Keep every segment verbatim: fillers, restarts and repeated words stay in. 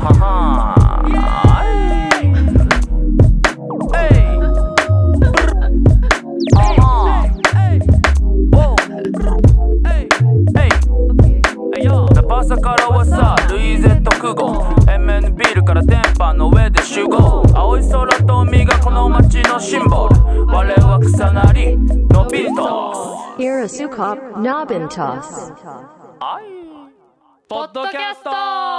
朝からはさルイゼット空港 エムエヌ ビールから電波の上で集合青い空と海がこの街のシンボル我は草なりのビントス Irasukop Nobintos ポッドキャスト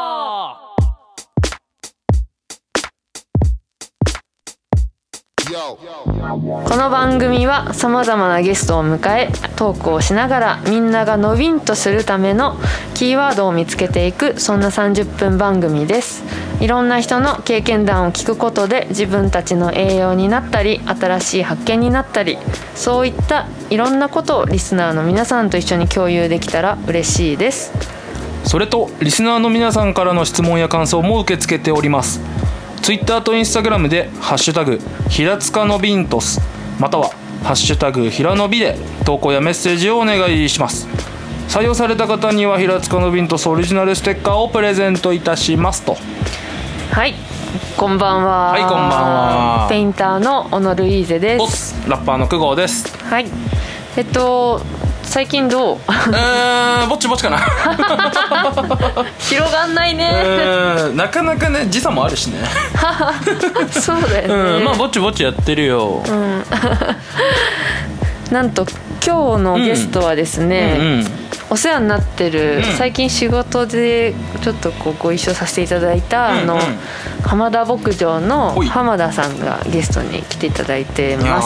この番組はさまざまなゲストを迎えトークをしながらみんながのびんとするためのキーワードを見つけていくそんなさんじゅっぷん番組です。いろんな人の経験談を聞くことで自分たちの栄養になったり新しい発見になったりそういったいろんなことをリスナーの皆さんと一緒に共有できたら嬉しいです。 それとリスナーの皆さんからの質問や感想も受け付けております。ツイッターとインスタグラムでハッシュタグ平塚のビントスまたはハッシュタグひらのびで投稿やメッセージをお願いします。採用された方には平塚のビントスオリジナルステッカーをプレゼントいたしますと。 はい、こんばんは。 はい、こんばんは。 ペインターの小野ルイーゼです。 ラッパーの久保です。 はい、えっと最近どう？ えー、ぼちぼちかな広がんないね。 なかなかね時差もあるしねそうだよね、 うん、まあぼちぼちやってるよ、うん、 なんと今日のゲストはですね、うんうんうん、お世話になってる、うん、最近仕事でちょっとこうご一緒させていただいた、うんうん、あの浜田牧場の浜田さんがゲストに来ていただいてます。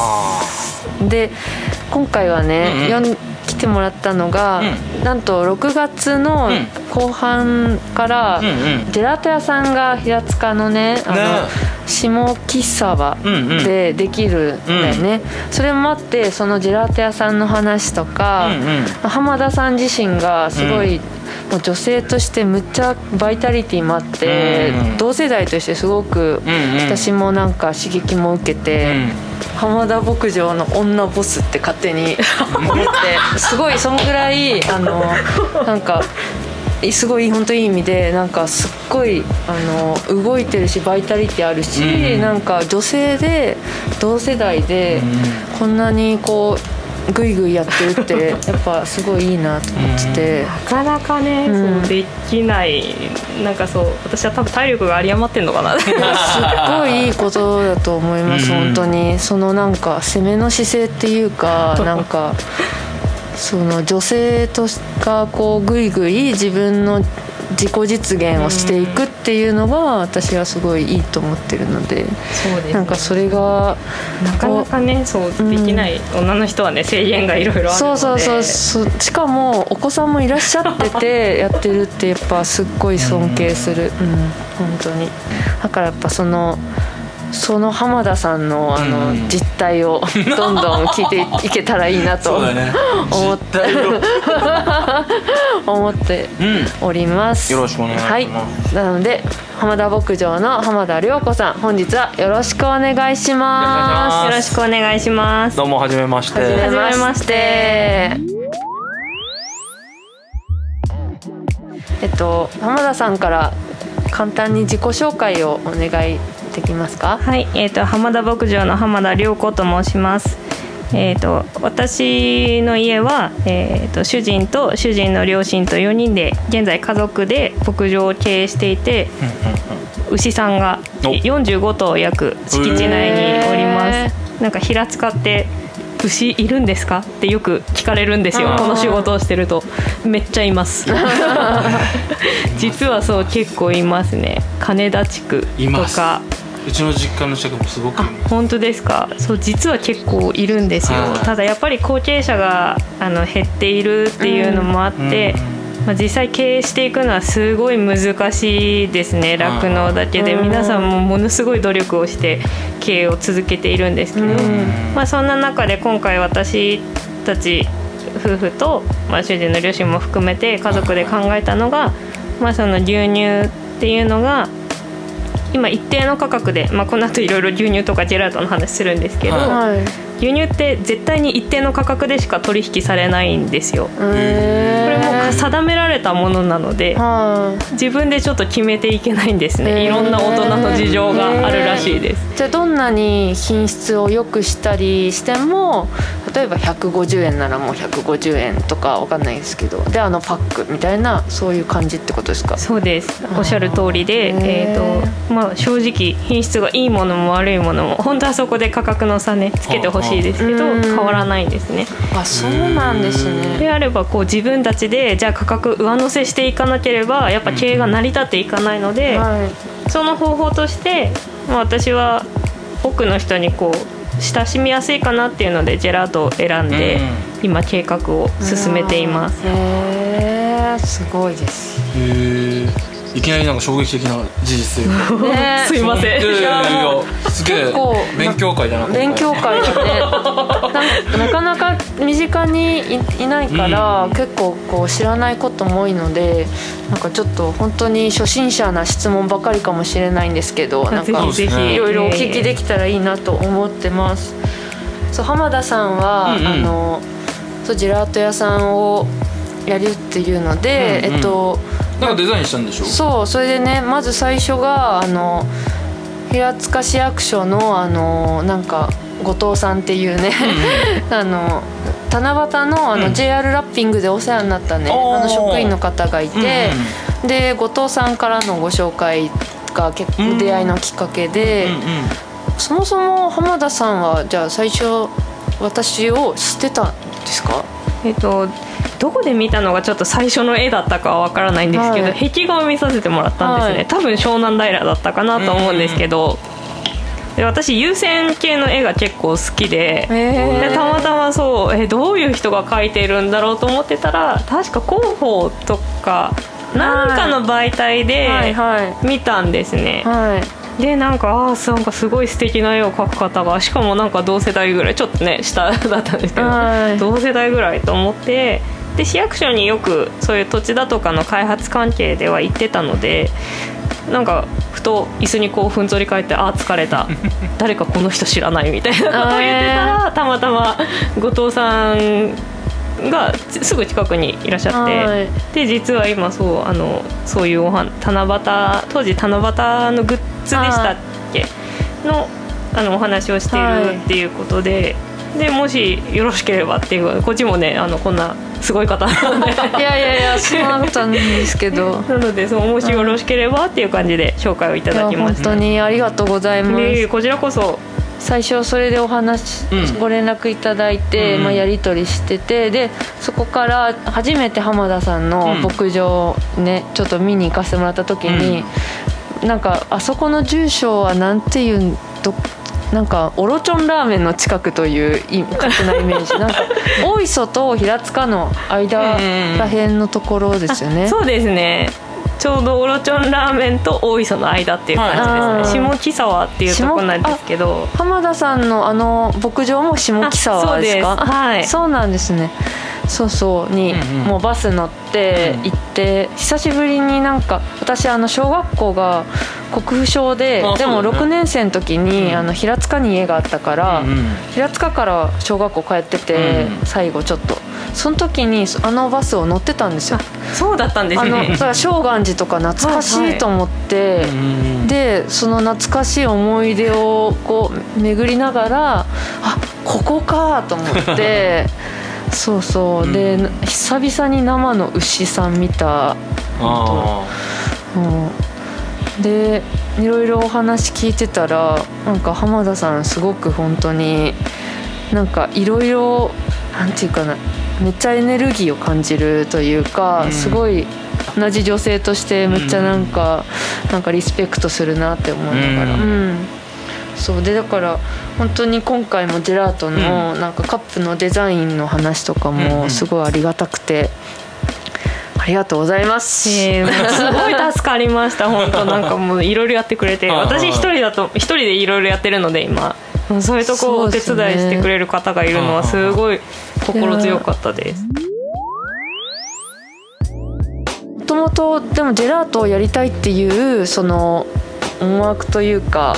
で今回はね、うんうん、来てもらったのが、うん、なんとろくがつの後半からジェラート屋さんが平塚のね、あの下北沢でできるんだよね、うんうん、それもあってそのジェラート屋さんの話とか、うんうん、浜田さん自身がすごい、うん、もう女性としてむっちゃバイタリティもあって、うんうん、同世代としてすごく私もなんか刺激も受けて、うんうん、浜田牧場の女ボスって勝手に思ってすごいそんぐらいあのなんかすごい本当いい意味でなんかすっごいあの動いてるしバイタリティあるし、うん、なんか女性で同世代でこんなにこうグイグイやってるってやっぱすごいいいなと思ってて、 なかなかね、うん、そうできないなんかそう私は多分体力が有り余ってんのかなすっごいいいことだと思います、うん、本当にそのなんか攻めの姿勢っていうかなんかその女性とかこうグイグイ自分の自己実現をしていくっていうのが私はすごいいいと思ってるので、そうですね、なんかそれがなかなかねそうできない、うん、女の人はね制限がいろいろあるのでそうそうそうそうしかもお子さんもいらっしゃっててやってるってやっぱすっごい尊敬する、うん、本当にだからやっぱそのその浜田さんの、あの、うん、実態をどんどん聞いていけたらいいなとね、思って思っております、 うん、よろしくお願いします、はい、 なので浜田牧場の浜田涼子さん本日はよろしくお願いします。 よろしくお願いします。 どうもはじめましてはじめまして。えっと浜田さんから簡単に自己紹介をお願いできますか？ はい、えーと、浜田牧場の浜田涼子と申します。えーと、私の家は、えーと、主人と主人の両親とよにんで現在家族で牧場を経営していて、牛さんがよんじゅうごとう約敷地内におります。なんか平塚って牛いるんですかってよく聞かれるんですよ。この仕事をしてるとめっちゃいます実はそう結構いますね。金田地区とかうちの実家の近くもすごくいます。 本当ですか？そう実は結構いるんですよ。ただやっぱり後継者があの減っているっていうのもあって、うんまあ、実際経営していくのはすごい難しいですね。酪農だけで皆さんもものすごい努力をして経営を続けているんですけど、うんまあ、そんな中で今回私たち夫婦と、まあ、主人の両親も含めて家族で考えたのが、まあ、その牛乳っていうのが今一定の価格で、まあ、この後いろいろ牛乳とかジェラートの話するんですけど、はい、 輸入って絶対に一定の価格でしか取引されないんですよ。これも定められたものなので、自分でちょっと決めていけないんですね。いろんな大人の事情があるらしいです。 じゃあどんなに品質を良くしたりしても、例えばひゃくごじゅうえんならもうひゃくごじゅうえんとかわかんないですけど、であのパックみたいなそういう感じってことですか？ そうです。おっしゃる通りで、えーとまあ、正直品質がいいものも悪いものも本当はそこで価格の差ねつけてほしいですけど、変わらないんですね。 あ、そうなんですね。 であればこう自分たちでじゃあ価格上乗せしていかなければやっぱ経営が成り立っていかないので、はい、その方法として、まあ、私は多くの人にこう親しみやすいかなっていうのでジェラートを選んで、うん、今計画を進めています。 へー、すごいです。 へー、いきなりなんか衝撃的な事実というか、 ね、すいません。いやいやいや、 すげえ勉強会だな。 勉強会だね。な, なかなか身近に い, いないから、うん、結構こう知らないことも多いので、なんかちょっと本当に初心者な質問ばかりかもしれないんですけど、なんかいろいろお聞きできたらいいなと思ってます。そう、浜田さんは、うんうん、あのそうジェラート屋さんをやるっていうので、うんうん、えっとなんかデザインしたんでしょ？ そう、それでね、まず最初があの平塚市役所のあのなんか後藤さんっていうね、うん、あの七夕 の, あの ジェイアール ラッピングでお世話になったね、うん、あの職員の方がいて、うん、で後藤さんからのご紹介が結構出会いのきっかけで、うんうんうん、そもそも浜田さんはじゃあ最初私を知ってたんですか？ えっとどこで見たのがちょっと最初の絵だったかはわからないんですけど、はい、壁画を見させてもらったんですね、はい、多分湘南平だったかなと思うんですけど、で私有線系の絵が結構好き で, でたまたまそうえどういう人が描いてるんだろうと思ってたら、確か広報とか何かの媒体で見たんですね、はいはいはい、でなんかあなんかすごい素敵な絵を描く方が、しかもなんか同世代ぐらい、ちょっとね下だったんですけど、はい、同世代ぐらいと思って、で市役所によくそういう土地だとかの開発関係では行ってたので、なんかふと椅子にこうふんぞり返って、あ疲れた誰かこの人知らないみたいなことを言ってたら、たまたま後藤さんがすぐ近くにいらっしゃって、はい、で実は今そうあのそういうおは七夕当時七夕のグッズでしたっけのあのお話をしているっていうことで、はい、でもしよろしければっていう、こっちもねあのこんなすごい方なのでいやいやいやそんなことないんですけどなのでそうもしよろしければっていう感じで紹介をいただきました。 本当にありがとうございます。 でこちらこそ最初それでお話、うん、ご連絡いただいて、うんまあ、やり取りしてて、でそこから初めて浜田さんの牧場ね、うん、ちょっと見に行かせてもらった時に、うん、なんかあそこの住所はなんていうんどなんかオロチョンラーメンの近くという勝手なイメージなんか大磯と平塚の間らへんのところですよね、うん、 そうですね、ちょうどオロチョンラーメンと大磯の間っていう感じですね、はい、下木沢っていうところなんですけど、 浜田さんのあの牧場も下木沢ですか？ そうです、はい、 そうなんですね。そうそうに、うんうん、もうバス乗って行って、うん、久しぶりになんか私あの小学校が国府小 で, でもろくねん生の時に、うん、あの平塚に家があったから、うんうん、平塚から小学校帰ってて、うん、最後ちょっとその時にあのバスを乗ってたんですよ。 そうだったんですね。 あのだから正願寺とか懐かしいと思って、はいはい、でその懐かしい思い出をこう巡りながら、あここかと思ってそうそう、うん、で久々に生の牛さん見た。あ、うん、でいろいろお話聞いてたら、なんか浜田さんすごく本当になんかいろいろなんていうかな、めっちゃエネルギーを感じるというか、うん、すごい同じ女性としてめっちゃなんか、うん、なんかリスペクトするなって思いながら、うんうん、そうでだから本当に今回もジェラートのなんかカップのデザインの話とかもすごいありがたくて、ありがとうございます、 えー、すごい助かりました本当なんかもういろいろやってくれて私一人だと一人でいろいろやってるので今そういうとこをお手伝いしてくれる方がいるのはすごい心強かったです。 もともとでもジェラートをやりたいっていうその思惑というか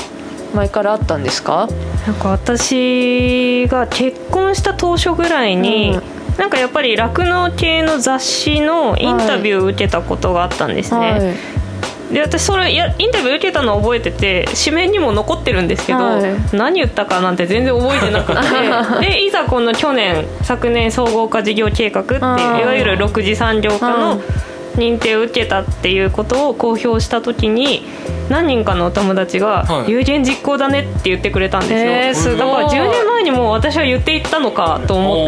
前からあったんですか？ なんか私が結婚した当初ぐらいに、うん、なんかやっぱり酪農系の雑誌のインタビューを受けたことがあったんですね、はいはい、で私それやインタビュー受けたのを覚えてて紙面にも残ってるんですけど、はい、何言ったかなんて全然覚えてなくてでいざこの去年昨年総合化事業計画っていういわゆるろく次産業化の認定を受けたっていうことを公表した時に何人かのお友達が有言実行だねって言ってくれたんですよ、 えー、すごい。 だからじゅうねんまえにもう私は言っていったのかと思って、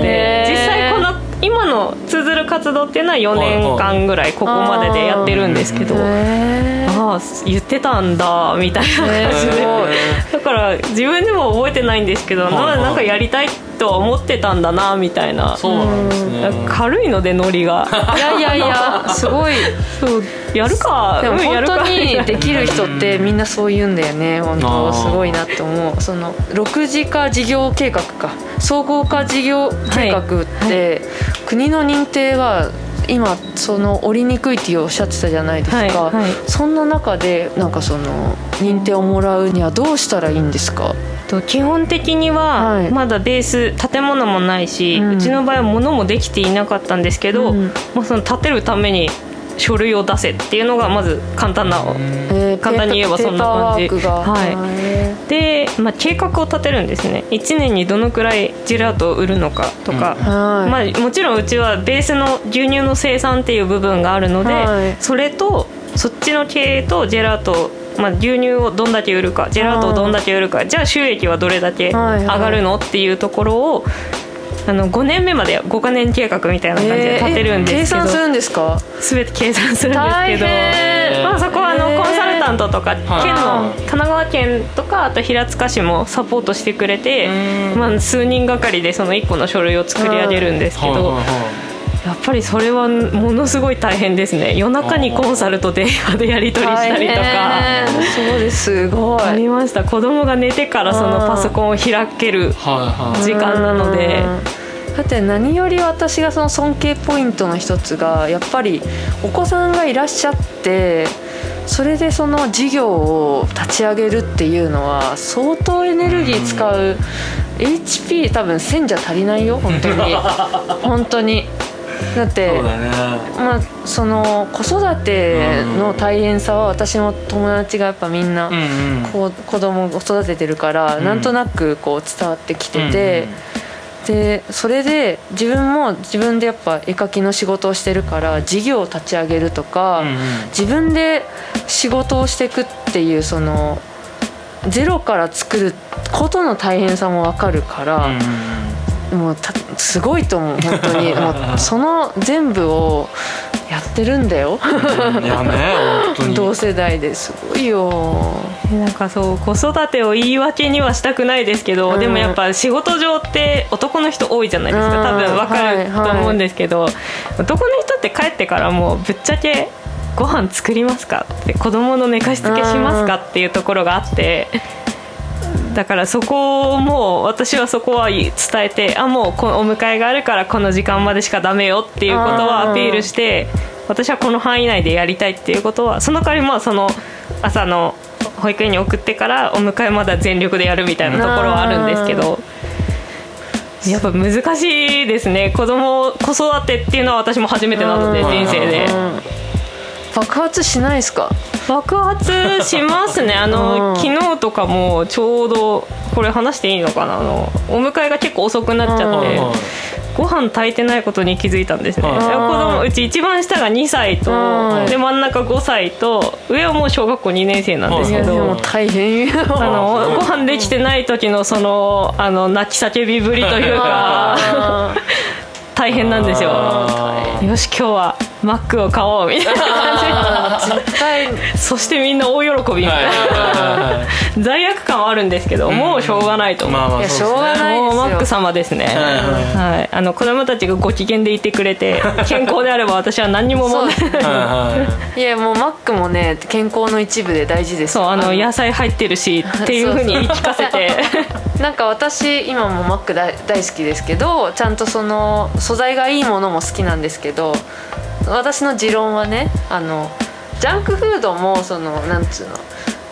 実際この今の通ずる活動っていうのはよねんかんぐらいここまででやってるんですけど、ああ言ってたんだみたいな感じで、だから自分でも覚えてないんですけど、なんかやりたいとは思ってたんだなみたいな。 そうなんですね。 軽いのでノリがいやいやいやすごいそうやるか。 でも本当にできる人ってみんなそう言うんだよね。本当すごいなって思う。そのろく次化事業計画か総合化事業計画って、はいはい、国の認定は今その折りにくいっておっしゃってたじゃないですか、はいはい、そんな中でなんかその認定をもらうにはどうしたらいいんですか？ 基本的にはまだベース建物もないし、うん、うちの場合は物もできていなかったんですけど、うん、もうその建てるために書類を出せっていうのがまず簡単な、えー、簡単に言えばそんな感じ、はい、で、まあ、計画を立てるんですね。いちねんにどのくらいジェラートを売るのかとか、うんまあ、もちろんうちはベースの牛乳の生産っていう部分があるので、はい、それとそっちの経営とジェラート、まあ、牛乳をどんだけ売るかジェラートをどんだけ売るか、じゃあ収益はどれだけ上がるのっていうところをあのごねんめまでごかねん計画みたいな感じで立てるんですけど、 えー、計算するんですか？ 全て計算するんですけど、まあ、そこはあのコンサルタントとか県の神奈川県とかあと平塚市もサポートしてくれて、まあ、数人がかりでそのいっこの書類を作り上げるんですけど、やっぱりそれはものすごい大変ですね。夜中にコンサルと電話でやり取りしたりとか、 そうです、すごいありました。子供が寝てからそのパソコンを開ける時間なので、 だって何より私がその尊敬ポイントの一つがやっぱりお子さんがいらっしゃってそれでその事業を立ち上げるっていうのは相当エネルギー使う。 エイチピー 多分せんじゃ足りないよ本当に本当に。だってそうだね、まあ、その子育ての大変さは私も友達がやっぱみんなこう子供を育ててるからなんとなくこう伝わってきてて、でそれで自分も自分でやっぱ絵描きの仕事をしてるから事業を立ち上げるとか自分で仕事をしていくっていうそのゼロから作ることの大変さも分かるから、もうたすごいと思う本当にもうその全部をやってるんだよいやね本当に同世代ですごいよ。 なんかそう子育てを言い訳にはしたくないですけど、うん、でもやっぱ仕事上って男の人多いじゃないですか、うん、多分分かると思うんですけど、はいはい、男の人って帰ってからもうぶっちゃけご飯作りますかって子供の寝かしつけしますかっていうところがあって、だからそこをもう私はそこは伝えて、あもうこのお迎えがあるからこの時間までしかダメよっていうことはアピールして、私はこの範囲内でやりたいっていうことはその代わりまあその朝の保育園に送ってからお迎えまだ全力でやるみたいなところはあるんですけど、やっぱ難しいですね。子供子育てっていうのは私も初めてなので人生で。 爆発しないですか？ 爆発しますね。あの、うん、昨日とかもちょうどこれ話していいのかな、あのお迎えが結構遅くなっちゃって、うん、ご飯炊いてないことに気づいたんですね、うん、子供うち一番下がにさいと、うん、で真ん中ごさいと上はもう小学校にねん生なんですけど、 うん、も大変よ。 あのご飯できてない時のそのあの泣き叫びぶりというか大変なんですよ。よし今日はマックを買おうみたいな感じ絶対そしてみんな大喜びみたいな罪悪感はあるんですけど、うん、もうしょうがないと思う、まあまあ、 いやしょうがないですよ。 もうマック様ですね、はい、あの子供たちがご機嫌でいてくれて健康であれば私は何にも問題ないいやもうマックもね健康の一部で大事です。 そうあの野菜入ってるしっていう風に言い聞かせてなんか私今もマック 大, 大好きですけど、ちゃんとその素材がいいものも好きなんですけど、私の持論はね、あのジャンクフードもそのなんつうの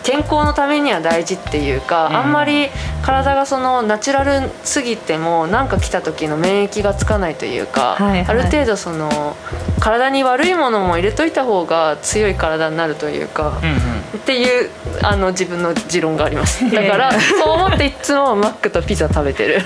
健康のためには大事っていうか、うん、あんまり体がそのナチュラルすぎても何か来た時の免疫がつかないというか、はいはい、ある程度その体に悪いものも入れといた方が強い体になるというか、うんうん、っていうあの自分の持論があります。だからそう思っていつもマックとピザ食べてる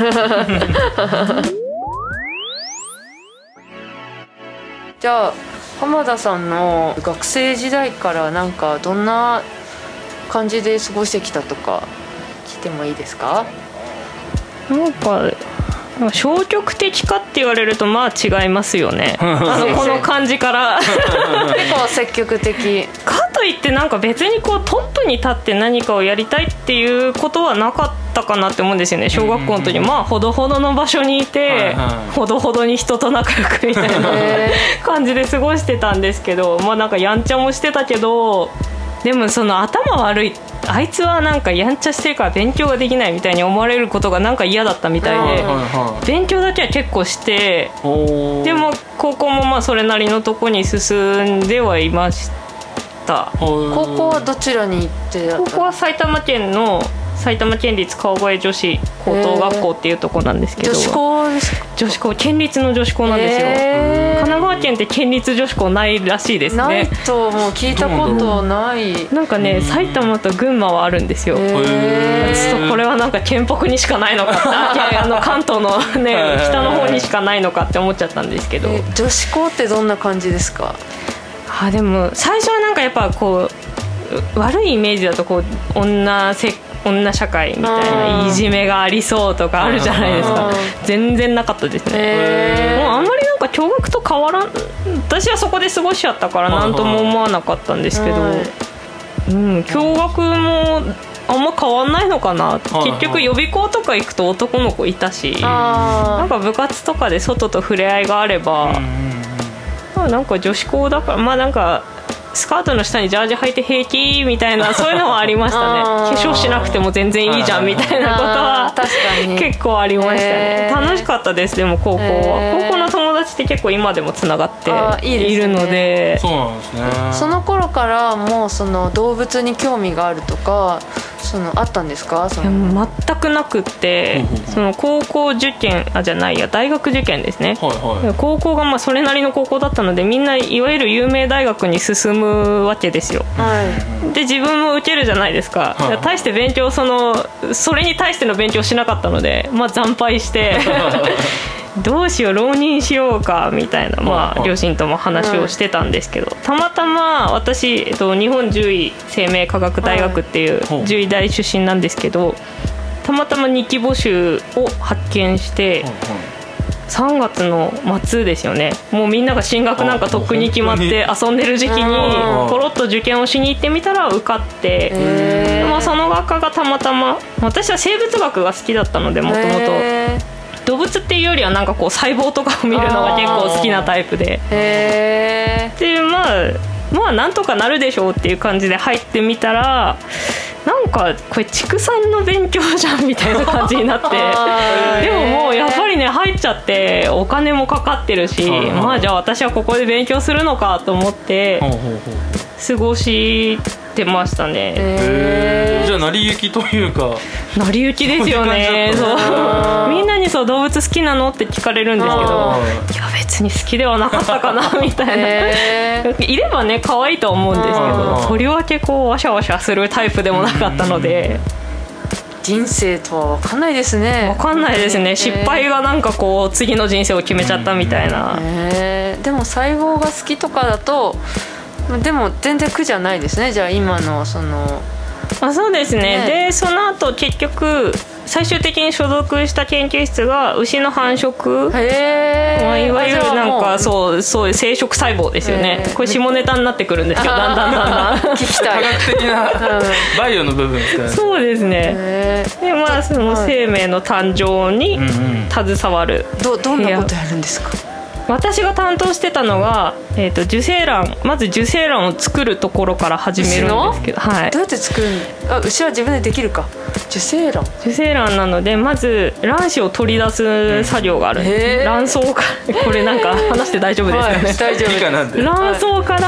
じゃあ浜田さんの学生時代からなんかどんな感じで過ごしてきたとか聞いてもいいですか？ なんか消極的かって言われるとまあ違いますよねあのこの感じから結構積極的かといってなんか別にこうトップに立って何かをやりたいっていうことはなかったかなって思うんですよね。小学校の時にまあほどほどの場所にいてほどほどに人と仲良くみたいな感じで過ごしてたんですけど、まあなんかやんちゃもしてたけど、でもその頭悪いあいつはなんかやんちゃしてるから勉強ができないみたいに思われることがなんか嫌だったみたいで、勉強だけは結構して、でも高校もまあそれなりのとこに進んではいました。 高校はどちらに行って高校は埼玉県の埼玉県立川越女子高等学校っていうとこなんですけど、 女子校ですか？ 女子校、県立の女子校なんですよ。神奈川県って県立女子校ないらしいですね。 ないともう聞いたことない。 なんかね、埼玉と群馬はあるんですよ。ちょっとこれはなんか県北にしかないのかってあの関東のね北の方にしかないのかって思っちゃったんですけど。 女子校ってどんな感じですか？ あ、でも最初はなんかやっぱこう悪いイメージだとこう女せ女社会みたいないじめがありそうとかあるじゃないですか。全然なかったですね。もうあんまりなんか共学と変わらん、私はそこで過ごしちゃったから何とも思わなかったんですけど、うん、共学もあんま変わんないのかな。結局予備校とか行くと男の子いたし、なんか部活とかで外と触れ合いがあれば、まあ、なんか女子校だからまあなんかスカートの下にジャージ履いて平気みたいなそういうのはありましたね。化粧しなくても全然いいじゃんみたいなことは確かに結構ありましたね。楽しかったです。でも高校は高校の友達って結構今でもつながっているので。 そうなんですね。 その頃からもうその動物に興味があるとかそのあったんですか？その全くなくって、その高校受験あじゃないや大学受験ですね、はいはい、高校がまあそれなりの高校だったのでみんないわゆる有名大学に進むわけですよ、はい、で自分も受けるじゃないですか、はい、大して勉強そのそれに対しての勉強しなかったので、まあ、惨敗してどうしよう浪人しようかみたいな、まあ、両親とも話をしてたんですけど、たまたま私、えっと、日本獣医生命科学大学っていう獣医大出身なんですけど、たまたまにき募集を発見してさんがつの末ですよね。もうみんなが進学なんかとっくに決まって遊んでる時期にポロッと受験をしに行ってみたら受かって、でもその学科がたまたま私は生物学が好きだったのでもともと動物っていうよりはなんかこう細胞とかを見るのが結構好きなタイプで、へーでまあまあなんとかなるでしょうっていう感じで入ってみたらなんかこれ畜産の勉強じゃんみたいな感じになってでももうやっぱりね入っちゃってお金もかかってるし、まあじゃあ私はここで勉強するのかと思って過ごしてましたね。 へーじゃあ成り行きというか成り行きですよね。そうみんなにそう動物好きなのって聞かれるんですけど、いや別に好きではなかったかなみたいないればね可愛いと思うんですけど、とりわけこうワシャワシャするタイプでもなかったので、 人生とは分かんないですね。 分かんないですね。失敗がなんかこう次の人生を決めちゃったみたいな。 へーでも細胞が好きとかだとでも全然苦じゃないですね。じゃあ今のそのあそうですね、ねでその後結局最終的に所属した研究室が牛の繁殖、 へまあ、いわゆるなんかそうそういう生殖細胞ですよね。これ下ネタになってくるんですけどだんだんだんだん聞きたい科学的なバイオの部分ですからね。 そうですね。でまあその生命の誕生に携わる、 うんうん、ど, どんなことやるんですか？ 私が担当してたのが、えー、と受精卵まず受精卵を作るところから始めるんですけど、はい、 どうやって作るの？あ牛は自分でできるか。受精卵受精卵なのでまず卵子を取り出す作業があるんです。卵巣からこれなんか話して大丈夫ですかね、 はい、大丈夫卵巣から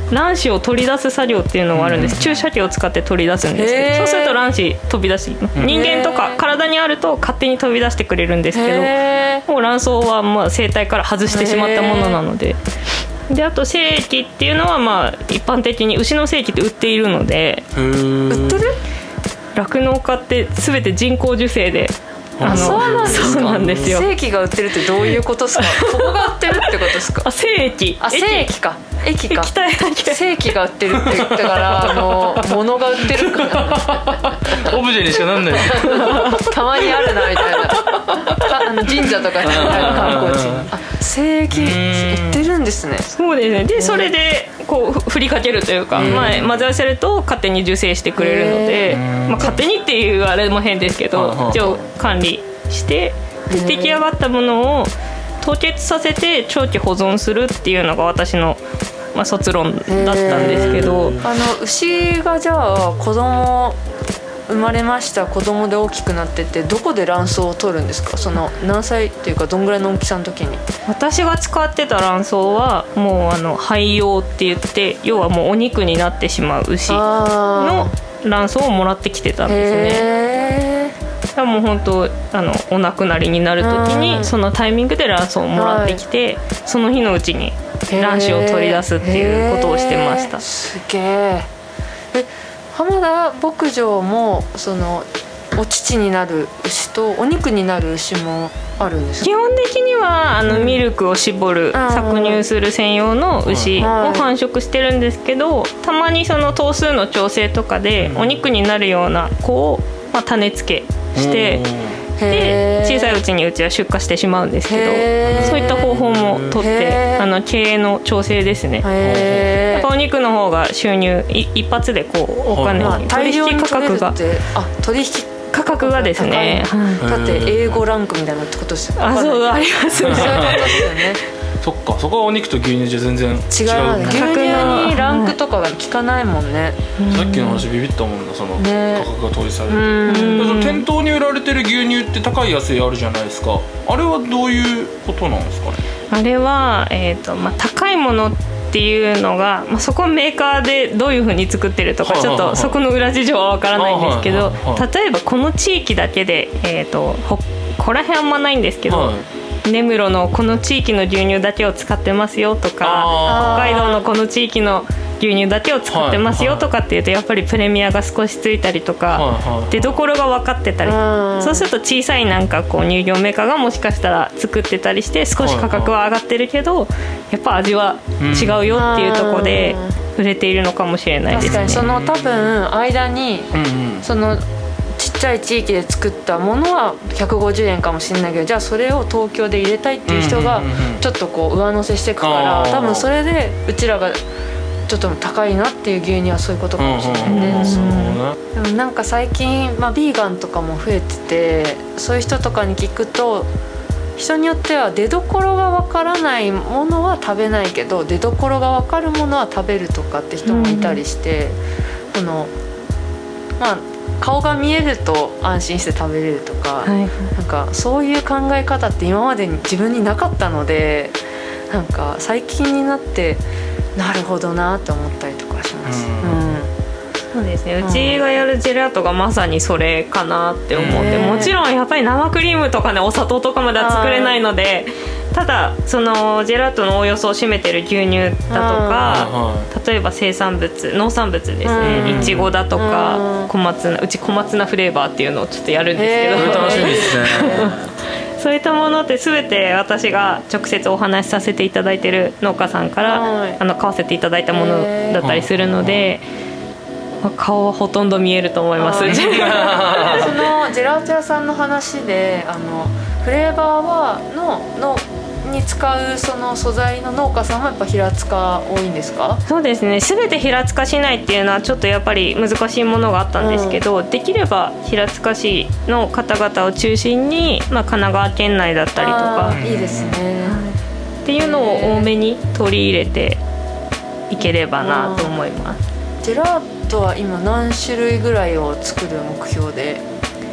卵子を取り出す作業っていうのがあるんです、うん、注射器を使って取り出すんですけど、そうすると卵子飛び出して、人間とか体にあると勝手に飛び出してくれるんですけど、もう卵巣はまあ生体から外してしまったものなので、であと精液っていうのはまあ一般的に牛の精液って売っているので、 売ってる？ 酪農家って全て人工授精で、 あのそうなんですか。 そうなんですよ。 精液が売ってるってどういうことですか？ここが売ってるってことですか？ あ、精液。 あ、精液か。液か。 液体だけ。 精液が売ってるって言ったから、あの物が売ってるかな。 オブジェにしかなんない。 たまにあるなみたいな。あの神社とかにある観光地。あ、精液売ってるんですね。 そうですね。でそれでこう振りかけるというか、まあ混ぜ合わせると勝手に受精してくれるので、まあ勝手にっていうあれも変ですけど、一応管理して出来上がったものを凍結させて長期保存するっていうのが私の、まあ、卒論だったんですけど、 あの牛がじゃあ子供生まれました、子供で大きくなってってどこで卵巣を取るんですか？その何歳っていうかどんぐらいの大きさの時に。 私が使ってた卵巣はもうあの胚養って言って、要はもうお肉になってしまう牛の卵巣をもらってきてたんですね。だからもう本当あのお亡くなりになる時にそのタイミングで卵巣をもらってきて、はい、その日のうちに卵子を取り出すっていうことをしてました。 すげえ。え、浜田牧場もそのお乳になる牛とお肉になる牛もあるんですか？ 基本的にはあのミルクを絞る、うん、搾乳する専用の牛を繁殖してるんですけど、たまにその頭数の調整とかでお肉になるような子を、まあ、種付けして、で小さいうちにうちは出荷してしまうんですけど、そういった方法もとってあの経営の調整ですね。やっぱお肉の方が収入一発でこうお金、 まあ、 取引価格があ取引価格がですね、 だって英語ランクみたいなってことですよね。 あ、そうありますね。 そういうことですよね。 そっか、そこはお肉と牛乳じゃ全然違う、ね、 違う。牛乳にランクとかが効かないもんね。 さっきの話ビビったもんな、そのね、 価格が統一される。店頭に売られてる牛乳って高い安いあるじゃないですか。あれはどういうことなんですかね？ あれは、えーとまあ、高いものっていうのが、まあ、そこはメーカーでどういう風に作ってるとか、ちょっとそこの裏事情はわからないんですけど、例えばこの地域だけで、えーとここら辺あんまないんですけど、根室のこの地域の牛乳だけを使ってますよとか、北海道のこの地域の牛乳だけを使ってますよとかっていうと、やっぱりプレミアが少しついたりとか、出どころが分かってたり、そうすると小さいなんかこう乳業メーカーがもしかしたら作ってたりして少し価格は上がってるけど、やっぱ味は違うよっていうところで売れているのかもしれないですね。 確かにその多分間にそのちっちゃい地域で作ったものはひゃくごじゅうえんかもしれないけど、じゃあそれを東京で入れたいっていう人がちょっとこう上乗せしていくから、多分それでうちらがちょっと高いなっていう牛乳はそういうことかもしれないね。でもなんか最近、まあ、ビーガンとかも増えてて、そういう人とかに聞くと、人によっては出どころがわからないものは食べないけど出どころがわかるものは食べるとかって人もいたりして、このまあ顔が見えると安心して食べれるとか、はい、なんかそういう考え方って今までに自分になかったので、なんか最近になってなるほどなって思ったりとかします。うん、 そうですね、うちがやるジェラートがまさにそれかなって思って、もちろんやっぱり生クリームとかね、お砂糖とかまでは作れないので、ただそのジェラートのおおよそを占めてる牛乳だとか、例えば生産物農産物ですね、いちごだとか小松菜、うち小松菜フレーバーっていうのをちょっとやるんですけど、 楽しみですね。 そういったものって全て私が直接お話しさせていただいてる農家さんからあの買わせていただいたものだったりするので、顔はほとんど見えると思います。そのジェラート屋さんの話で、あのフレーバーはののに使うその素材の農家さんもやっぱ平塚多いんですか？ そうですね、全て平塚市内っていうのはちょっとやっぱり難しいものがあったんですけど、うん、できれば平塚市の方々を中心に、まあ、神奈川県内だったりとかいいですね、 っていうのを多めに取り入れていければなと思います。 ジェラートは今何種類ぐらいを作る目標で？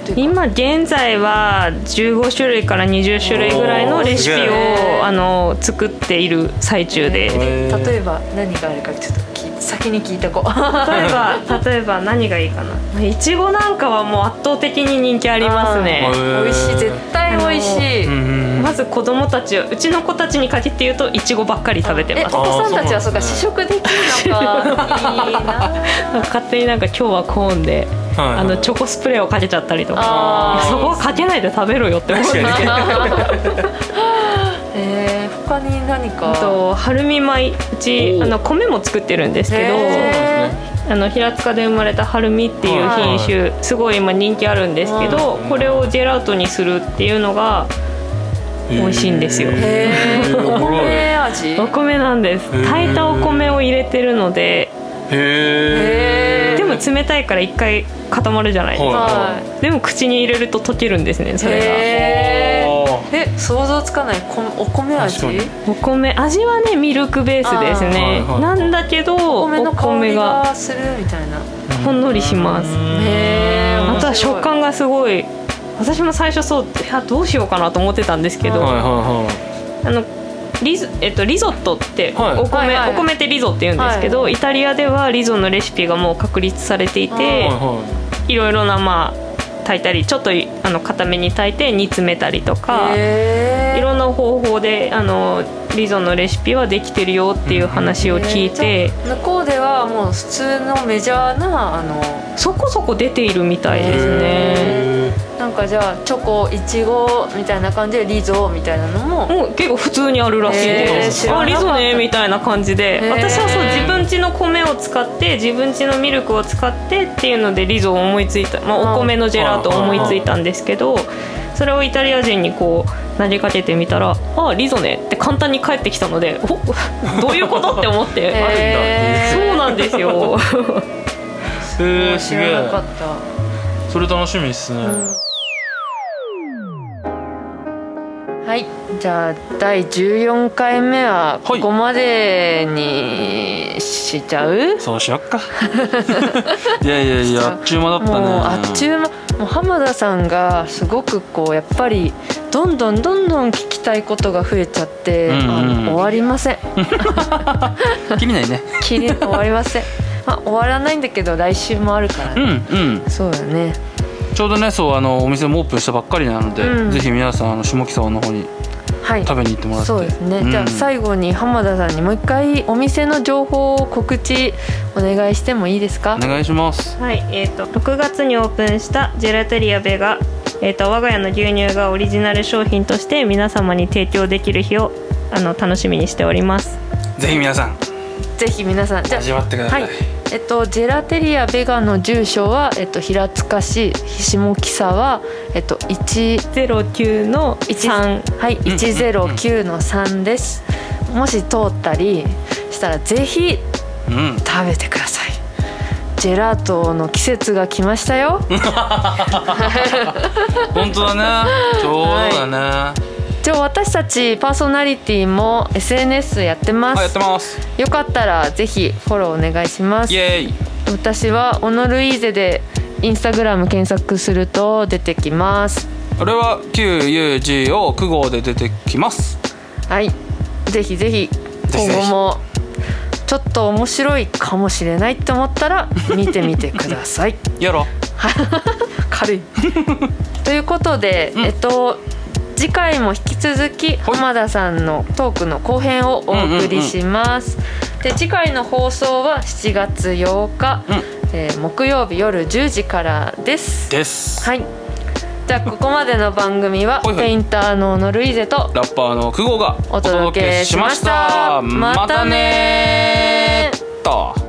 今現在はじゅうごしゅるいからにじゅっしゅるいぐらいのレシピをあの作っている最中で、 えー、例えば何があるかちょっと先に聞いてこう例えば例えば何がいいかな。いちごなんかはもう圧倒的に人気ありますね。 美味しい、絶対美味しい。 まず子供たちはうちの子たちに限って言うといちごばっかり食べてます。 お子さんたちはそうか試食できるのかいいな勝手になんか今日はコーンで、はいはい、あのチョコスプレーをかけちゃったりとか、そこはかけないで食べろよって思うんですけどえー、他に何かあとはるみ米、うちあの米も作ってるんですけど、あの平塚で生まれたはるみっていう品種すごい今人気あるんですけど、これをジェラートにするっていうのが美味しいんですよ。 へーお米味？ お米なんです。炊いたお米を入れてるので、 へーでも冷たいから一回固まるじゃないですか、はい、でも口に入れると溶けるんですね、それが。 へーえ、想像つかない。お米味？ お米味はねミルクベースですね、なんだけどお米の香りがするみたいな、 ほんのりします。 へーあとは食感がすごい、私も最初そういやどうしようかなと思ってたんですけど、はいはいはい、あのリゾ、えっと、リゾットってお米、はいはい、お米ってリゾって言うんですけど、はい、イタリアではリゾのレシピがもう確立されていて、はいはい、いろいろなまあ炊いたりちょっとあの固めに炊いて煮詰めたりとか、いろんな方法であのリゾのレシピはできてるよっていう話を聞いて、 向こうではもう普通のメジャーなあのそこそこ出ているみたいですね。 なんかじゃあチョコいちごみたいな感じでリゾみたいなのももう結構普通にあるらしいです。あ、リゾねみたいな感じで、私はそう自分家の米を使って自分家のミルクを使ってっていうのでリゾを思いついた、まあ、お米のジェラートを思いついたんですけど、それをイタリア人にこう投げかけてみたら、あ、リゾねって簡単に返ってきたので、おどういうことって思ってあるんだそうなんですよへー、 知らなかった。 それ楽しみですね、うん、 はい、じゃあだいじゅうよんかいめはここまでにしちゃう、はい、 そうしよっかいやいやいや、あっちゅう間だったね。 もうあっちゅう間、もう浜田さんがすごくこうやっぱりどんどんどんどん聞きたいことが増えちゃって、うんうん、あの終わりません切りないね切り終わりませんまあ、終わらないんだけど来週もあるからね、 うんうん、 そうだね。 ちょうどね、そうあのお店もオープンしたばっかりなので、うん、ぜひ皆さんあの下北沢の方に食べに行ってもらって、 そうですね、うん、じゃあ最後に浜田さんにもう一回お店の情報を告知お願いしてもいいですか？ お願いします。 はい、えーと、ろくがつにオープンしたジェラテリアベガ、えーと、我が家の牛乳がオリジナル商品として皆様に提供できる日をあの楽しみにしております。 ぜひ皆さんぜひ皆さんじゃ味わってください。 はい、えっと、ジェラテリアベガの住所は、えっと、平塚市下北沢、えっと、いちゼロきゅうのさん、 はい、いちゼロきゅうのさんです。もし通ったりしたらぜひ食べてください、うん、ジェラートの季節が来ましたよ本当だね、ちょうどだね、はい、 じゃあ私たちパーソナリティも エスエヌエス やってます。 あ、やってます。 よかったらぜひフォローお願いします。 イエーイ。 私はオノルイーゼでインスタグラム検索すると出てきます。 あれは キューユージーオー 句号で出てきます。 はい、ぜひぜひ今後もちょっと面白いかもしれないって思ったら見てみてくださいやろ軽いということで、うん、えっと次回も引き続き浜田さんのトークの後編をお送りします、うんうんうん、で次回の放送はしちがつようか、うん、えー、木曜日夜じゅうじからですです。 はい、じゃあここまでの番組はペインターのノルイーゼとラッパーのクゴがお届けしました。またねーと。